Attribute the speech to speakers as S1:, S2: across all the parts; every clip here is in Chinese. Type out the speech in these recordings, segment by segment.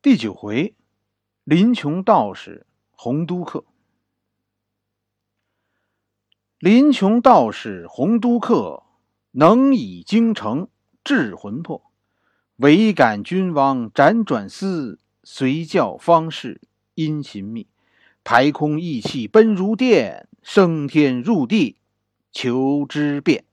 S1: 第9回，林琼道士洪都客。林琼道士洪都客，能以精诚治魂魄，唯感君王辗转思，随教方士殷勤觅，排空意气奔如电，升天入地求之变。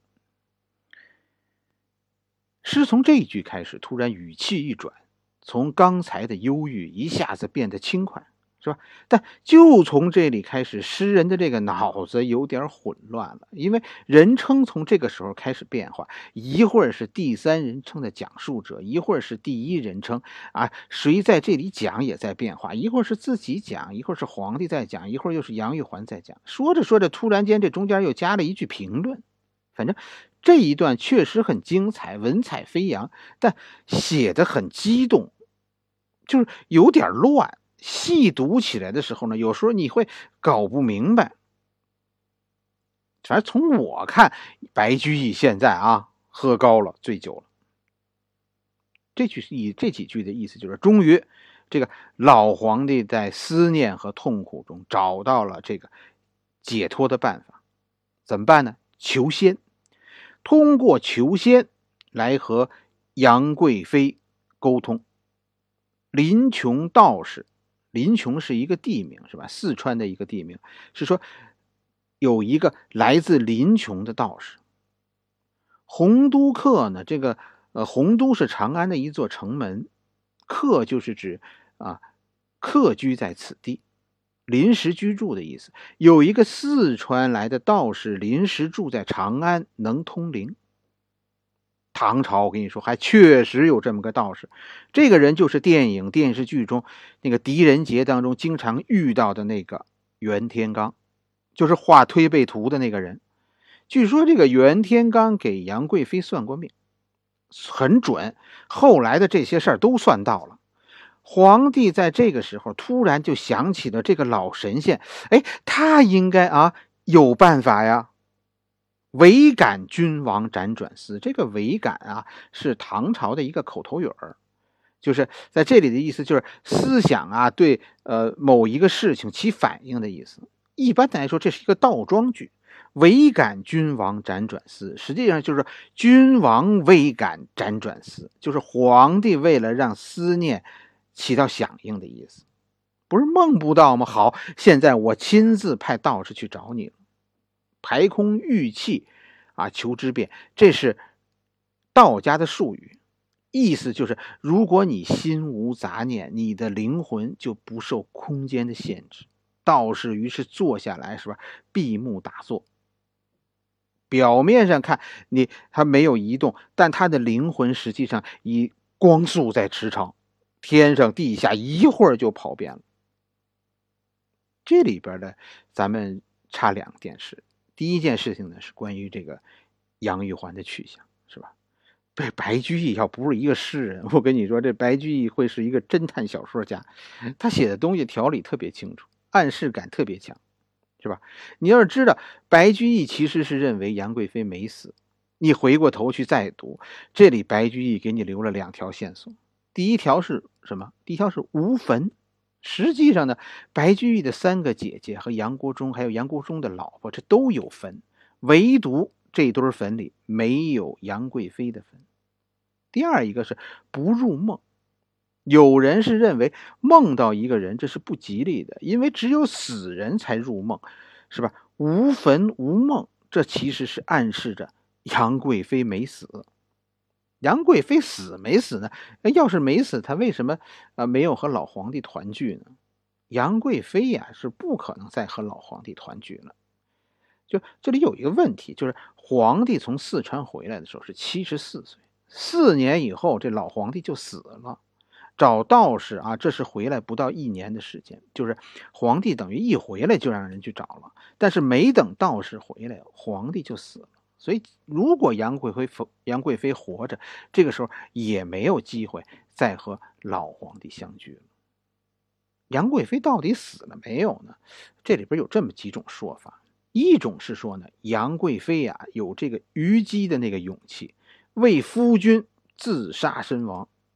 S1: 诗从这一句开始，突然语气一转，从刚才的忧郁一下子变得轻快，是吧？但就从这里开始，诗人的这个脑子有点混乱了，因为人称从这个时候开始变化，一会儿是第三人称的讲述者，一会儿是第一人称啊，谁在这里讲也在变化，一会儿是自己讲，一会儿是皇帝在讲，一会儿又是杨玉环在讲。说着说着，突然间这中间又加了一句评论。反正这一段确实很精彩，文采飞扬，但写得很激动，就是有点乱。细读起来的时候呢，有时候你会搞不明白。反正从我看，白居易现在喝高了，醉酒了。这几句的意思就是，终于这个老皇帝在思念和痛苦中找到了这个解脱的办法。怎么办呢？求仙，通过求仙来和杨贵妃沟通。林琼道士，林琼是一个地名，是吧？四川的一个地名，是说有一个来自林琼的道士。洪都客呢，这个洪都是长安的一座城门，客就是指客居在此地，临时居住的意思。有一个四川来的道士临时住在长安，能通灵。唐朝我跟你说还确实有这么个道士，这个人就是电影电视剧中那个狄仁杰当中经常遇到的那个袁天罡，就是画推背图的那个人。据说这个袁天罡给杨贵妃算过命，很准，后来的这些事儿都算到了。皇帝在这个时候突然就想起了这个老神仙，他应该有办法呀。唯感君王辗转思，这个唯感是唐朝的一个口头语儿，就是在这里的意思就是思想对某一个事情起反应的意思。一般来说这是一个倒装句，唯感君王辗转思，实际上就是君王唯感辗转思，就是皇帝为了让思念起到响应的意思。不是梦不到吗？好，现在我亲自派道士去找你了。排空郁气求之变，这是道家的术语，意思就是如果你心无杂念，你的灵魂就不受空间的限制。道士于是坐下来，是吧？闭目打坐。表面上看他没有移动，但他的灵魂实际上以光速在驰骋，天上地下一会儿就跑遍了。这里边呢，咱们差2件事。第一件事情呢，是关于这个杨玉环的去向，是吧？这白居易要不是一个诗人，我跟你说，这白居易会是一个侦探小说家。他写的东西条理特别清楚，暗示感特别强，是吧？你要是知道白居易其实是认为杨贵妃没死，你回过头去再读，这里白居易给你留了2条线索。第一条是什么？第一条是无坟。实际上呢，白居易的3个姐姐和杨国忠还有杨国忠的老婆，这都有坟，唯独这堆坟里没有杨贵妃的坟。第二一个是不入梦，有人是认为梦到一个人这是不吉利的，因为只有死人才入梦，是吧？无坟无梦，这其实是暗示着杨贵妃没死。杨贵妃死没死呢？要是没死，她为什么没有和老皇帝团聚呢？杨贵妃是不可能再和老皇帝团聚了。就这里有一个问题，就是皇帝从四川回来的时候是74岁，4年以后这老皇帝就死了。找道士这是回来不到1年的时间，就是皇帝等于一回来就让人去找了，但是没等道士回来，皇帝就死了。所以如果杨贵妃活着，这个时候也没有机会再和老皇帝相聚了。杨贵妃到底死了没有呢？这里边有这么几种说法。一种是说呢，杨贵妃有这个虞姬的那个勇气，为夫君自杀身亡。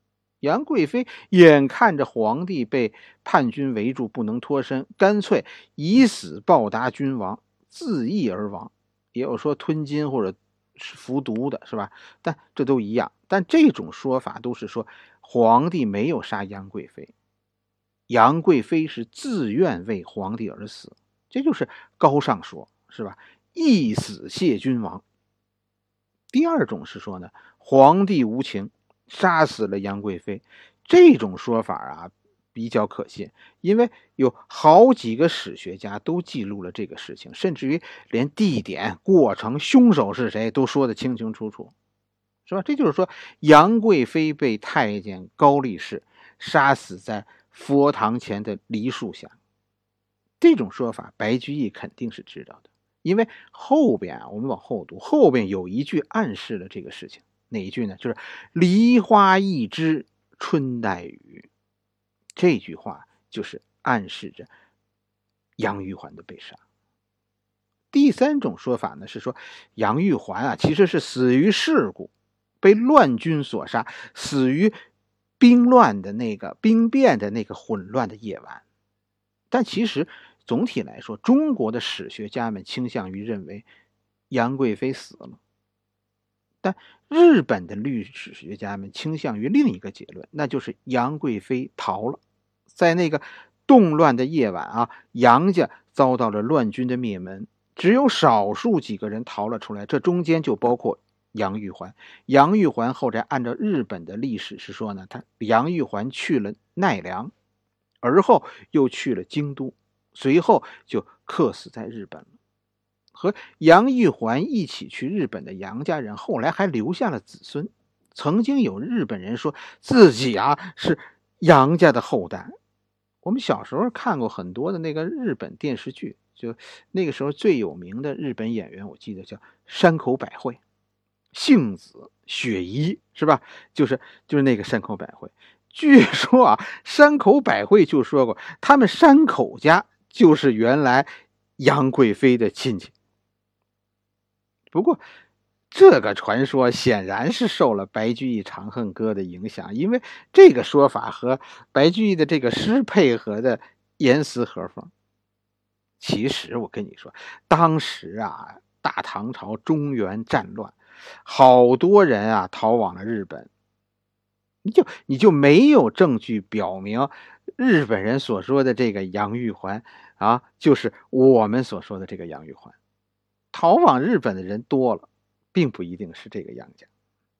S1: 杨贵妃眼看着皇帝被叛军围住不能脱身，干脆以死报答君王，自缢而亡。也有说吞金或者是服毒的，是吧？但这都一样。但这种说法都是说皇帝没有杀杨贵妃，杨贵妃是自愿为皇帝而死，这就是高尚说，是吧？一死谢君王。第二种是说呢，皇帝无情杀死了杨贵妃，这种说法啊比较可信，因为有好几个史学家都记录了这个事情，甚至于连地点、过程、凶手是谁都说得清清楚楚，是吧？这就是说，杨贵妃被太监高力士杀死在佛堂前的梨树下，这种说法白居易肯定是知道的，因为后边我们往后读，后边有一句暗示了这个事情，哪一句呢？就是梨花一枝春带雨，这句话就是暗示着杨玉环的被杀。第三种说法呢，是说杨玉环啊其实是死于事故，被乱军所杀，死于兵变的那个混乱的夜晚。但其实总体来说，中国的史学家们倾向于认为杨贵妃死了，但日本的历史学家们倾向于另一个结论，那就是杨贵妃逃了。在那个动乱的夜晚啊，杨家遭到了乱军的灭门，只有少数几个人逃了出来，这中间就包括杨玉环。杨玉环后来按照日本的历史是说呢，杨玉环去了奈良，而后又去了京都，随后就客死在日本了。和杨玉环一起去日本的杨家人后来还留下了子孙，曾经有日本人说自己是杨家的后代。我们小时候看过很多的那个日本电视剧，就那个时候最有名的日本演员我记得叫山口百惠，杏子雪姨，是吧？就是那个山口百惠。据说山口百惠就说过，他们山口家就是原来杨贵妃的亲戚。不过这个传说显然是受了白居易《长恨歌》的影响，因为这个说法和白居易的这个诗配合的严丝合缝。其实我跟你说，当时大唐朝中原战乱，好多人逃往了日本，你就没有证据表明日本人所说的这个杨玉环就是我们所说的这个杨玉环。逃往日本的人多了，并不一定是这个杨家。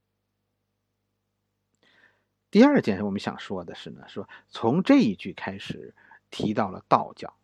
S1: 第二件我们想说的是呢，说从这一句开始提到了道教。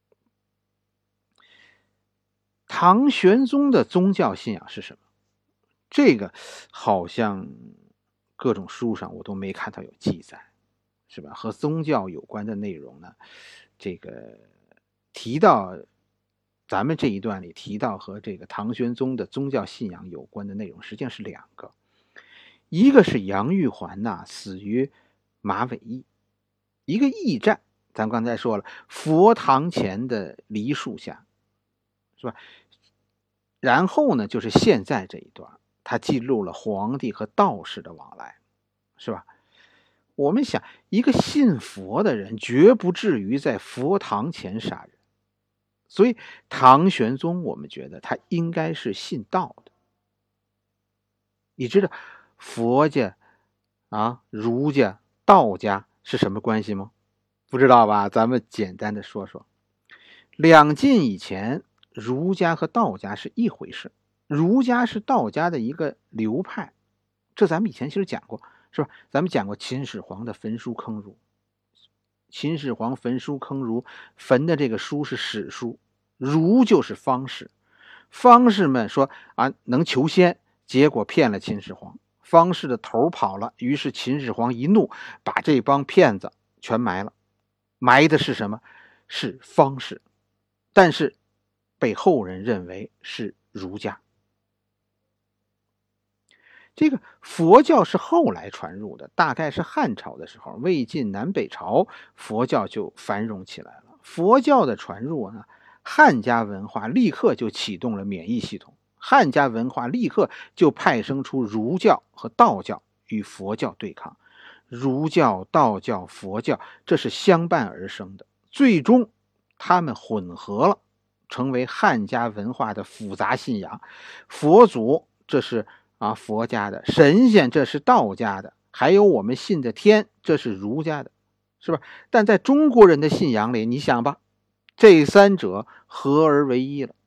S1: 唐玄宗的宗教信仰是什么？这个好像各种书上我都没看到有记载，是吧？和宗教有关的内容呢，这个提到咱们这一段里提到和这个唐玄宗的宗教信仰有关的内容，实际上是两个。一个是杨玉环死于马嵬驿，一个驿站，咱刚才说了，佛堂前的梨树下，是吧？然后呢，就是现在这一段，他记录了皇帝和道士的往来，是吧？我们想，一个信佛的人绝不至于在佛堂前杀人，所以唐玄宗我们觉得他应该是信道的。你知道佛家儒家道家是什么关系吗？不知道吧？咱们简单的说说。两晋以前，儒家和道家是一回事，儒家是道家的一个流派，这咱们以前其实讲过，是吧？咱们讲过秦始皇的焚书坑儒，秦始皇焚书坑儒，焚的这个书是史书，儒就是方士，方士们说能求仙，结果骗了秦始皇，方士的头跑了，于是秦始皇一怒，把这帮骗子全埋了。埋的是什么？是方士，但是被后人认为是儒家。这个佛教是后来传入的，大概是汉朝的时候，魏晋南北朝佛教就繁荣起来了。佛教的传入呢，汉家文化立刻就启动了免疫系统，汉家文化立刻就派生出儒教和道教与佛教对抗。 儒教、道教、佛教，这是相伴而生的，最终他们混合了，成为汉家文化的复杂信仰。佛祖这是佛家的，神仙这是道家的，还有我们信的天，这是儒家的，是吧？但在中国人的信仰里，你想吧，这三者合而为一了。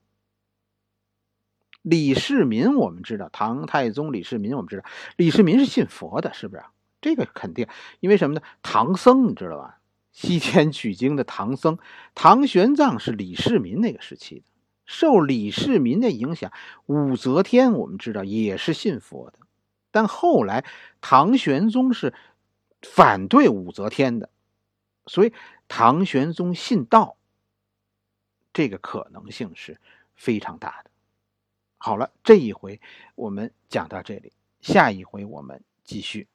S1: 李世民我们知道，唐太宗李世民我们知道，李世民是信佛的，是不是？这个肯定，因为什么呢？唐僧你知道吧？西天取经的唐僧，唐玄奘是李世民那个时期的，受李世民的影响，武则天我们知道也是信佛的，但后来唐玄宗是反对武则天的，所以唐玄宗信道，这个可能性是非常大的。好了，这一回我们讲到这里，下一回我们继续。